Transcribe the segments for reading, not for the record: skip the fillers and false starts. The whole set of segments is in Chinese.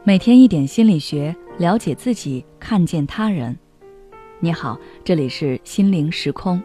每天一点心理学，了解自己，看见他人。你好，这里是心灵时空。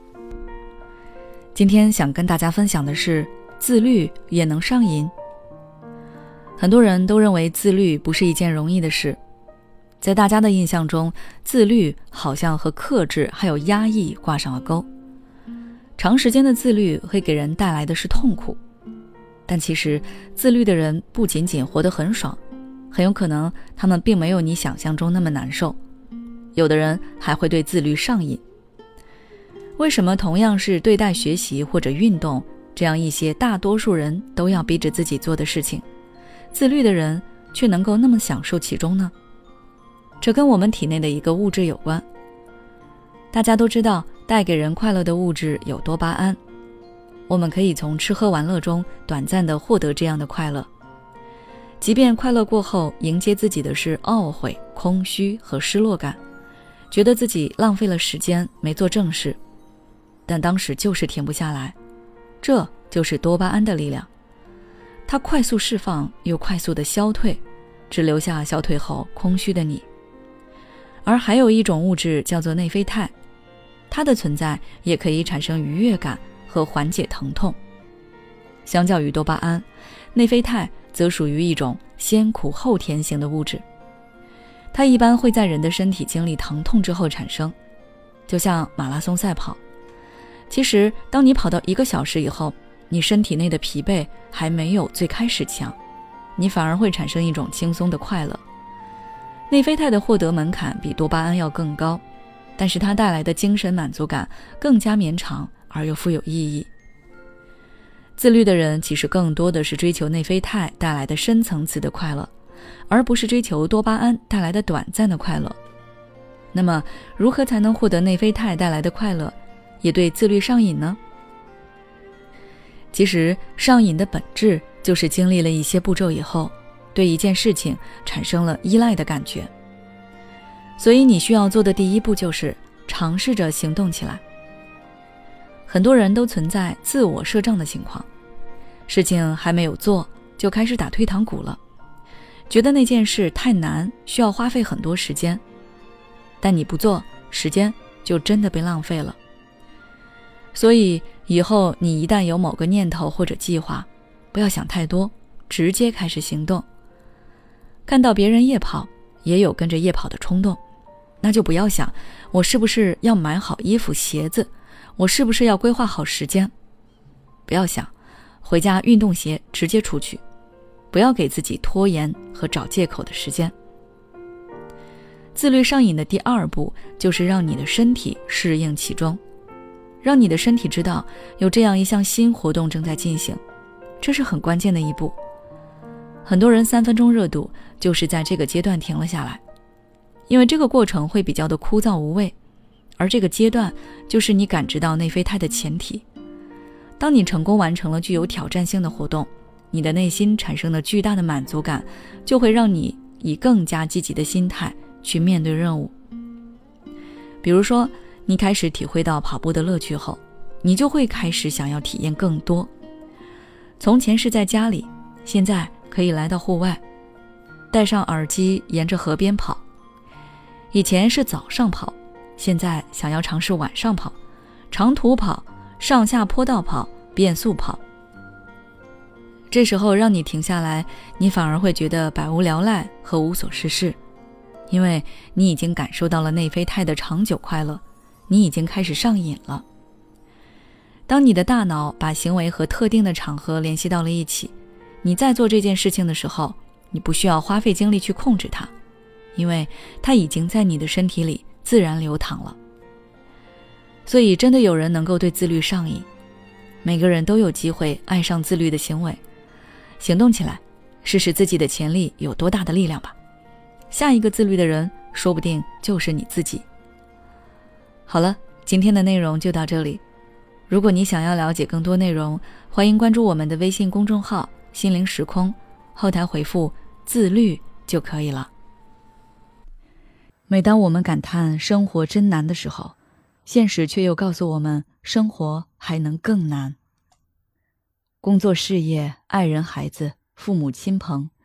今天想跟大家分享的是，自律也能上瘾。很多人都认为自律不是一件容易的事，在大家的印象中，自律好像和克制还有压抑挂上了钩。长时间的自律会给人带来的是痛苦，但其实自律的人不仅仅活得很爽，很有可能他们并没有你想象中那么难受，有的人还会对自律上瘾。为什么同样是对待学习或者运动这样一些大多数人都要逼着自己做的事情，自律的人却能够那么享受其中呢？这跟我们体内的一个物质有关。大家都知道，带给人快乐的物质有多巴胺，我们可以从吃喝玩乐中短暂地获得这样的快乐。即便快乐过后，迎接自己的是懊悔、空虚和失落感，觉得自己浪费了时间，没做正事，但当时就是停不下来。这就是多巴胺的力量，它快速释放又快速的消退，只留下消退后空虚的你。而还有一种物质叫做内啡肽，它的存在也可以产生愉悦感和缓解疼痛。相较于多巴胺，内啡肽则属于一种先苦后甜型的物质，它一般会在人的身体经历疼痛之后产生，就像马拉松赛跑。其实当你跑到1个小时以后，你身体内的疲惫还没有最开始强，你反而会产生一种轻松的快乐。内啡肽的获得门槛比多巴胺要更高，但是它带来的精神满足感更加绵长而又富有意义。自律的人其实更多的是追求内啡肽带来的深层次的快乐，而不是追求多巴胺带来的短暂的快乐。那么如何才能获得内啡肽带来的快乐，也对自律上瘾呢？其实上瘾的本质就是经历了一些步骤以后，对一件事情产生了依赖的感觉。所以你需要做的第一步就是尝试着行动起来。很多人都存在自我设障的情况，事情还没有做就开始打退堂鼓了，觉得那件事太难，需要花费很多时间，但你不做，时间就真的被浪费了。所以以后你一旦有某个念头或者计划，不要想太多，直接开始行动。看到别人夜跑，也有跟着夜跑的冲动，那就不要想我是不是要买好衣服鞋子，我是不是要规划好时间。不要想回家运动鞋直接出去，不要给自己拖延和找借口的时间。自律上瘾的第2步就是让你的身体适应其中，让你的身体知道有这样一项新活动正在进行，这是很关键的一步。很多人3分钟热度就是在这个阶段停了下来，因为这个过程会比较的枯燥无味，而这个阶段就是你感知到内啡肽的前提。当你成功完成了具有挑战性的活动，你的内心产生了巨大的满足感，就会让你以更加积极的心态去面对任务。比如说你开始体会到跑步的乐趣后，你就会开始想要体验更多。从前是在家里，现在可以来到户外，戴上耳机沿着河边跑。以前是早上跑，现在想要尝试晚上跑，长途跑，上下坡道跑，变速跑。这时候让你停下来，你反而会觉得百无聊赖和无所事事，因为你已经感受到了内啡肽的长久快乐，你已经开始上瘾了。当你的大脑把行为和特定的场合联系到了一起，你在做这件事情的时候，你不需要花费精力去控制它，因为它已经在你的身体里自然流淌了。所以真的有人能够对自律上瘾，每个人都有机会爱上自律的行为。行动起来，试试自己的潜力有多大的力量吧。下一个自律的人，说不定就是你自己。好了，今天的内容就到这里。如果你想要了解更多内容，欢迎关注我们的微信公众号心灵时空，后台回复自律就可以了。每当我们感叹生活真难的时候，现实却又告诉我们生活还能更难。工作事业、爱人孩子、父母亲朋，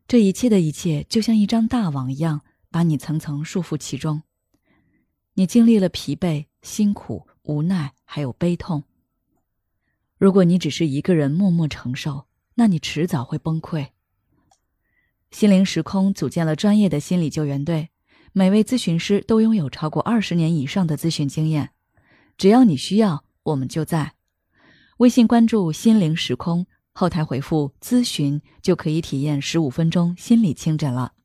这一切的一切就像一张大网一样，把你层层束缚其中。你经历了疲惫、辛苦、无奈，还有悲痛。如果你只是一个人默默承受，那你迟早会崩溃。心灵时空组建了专业的心理救援队，每位咨询师都拥有超过20年以上的咨询经验。只要你需要，我们就在。微信关注心灵时空，后台回复咨询就可以体验15分钟心理清诊了。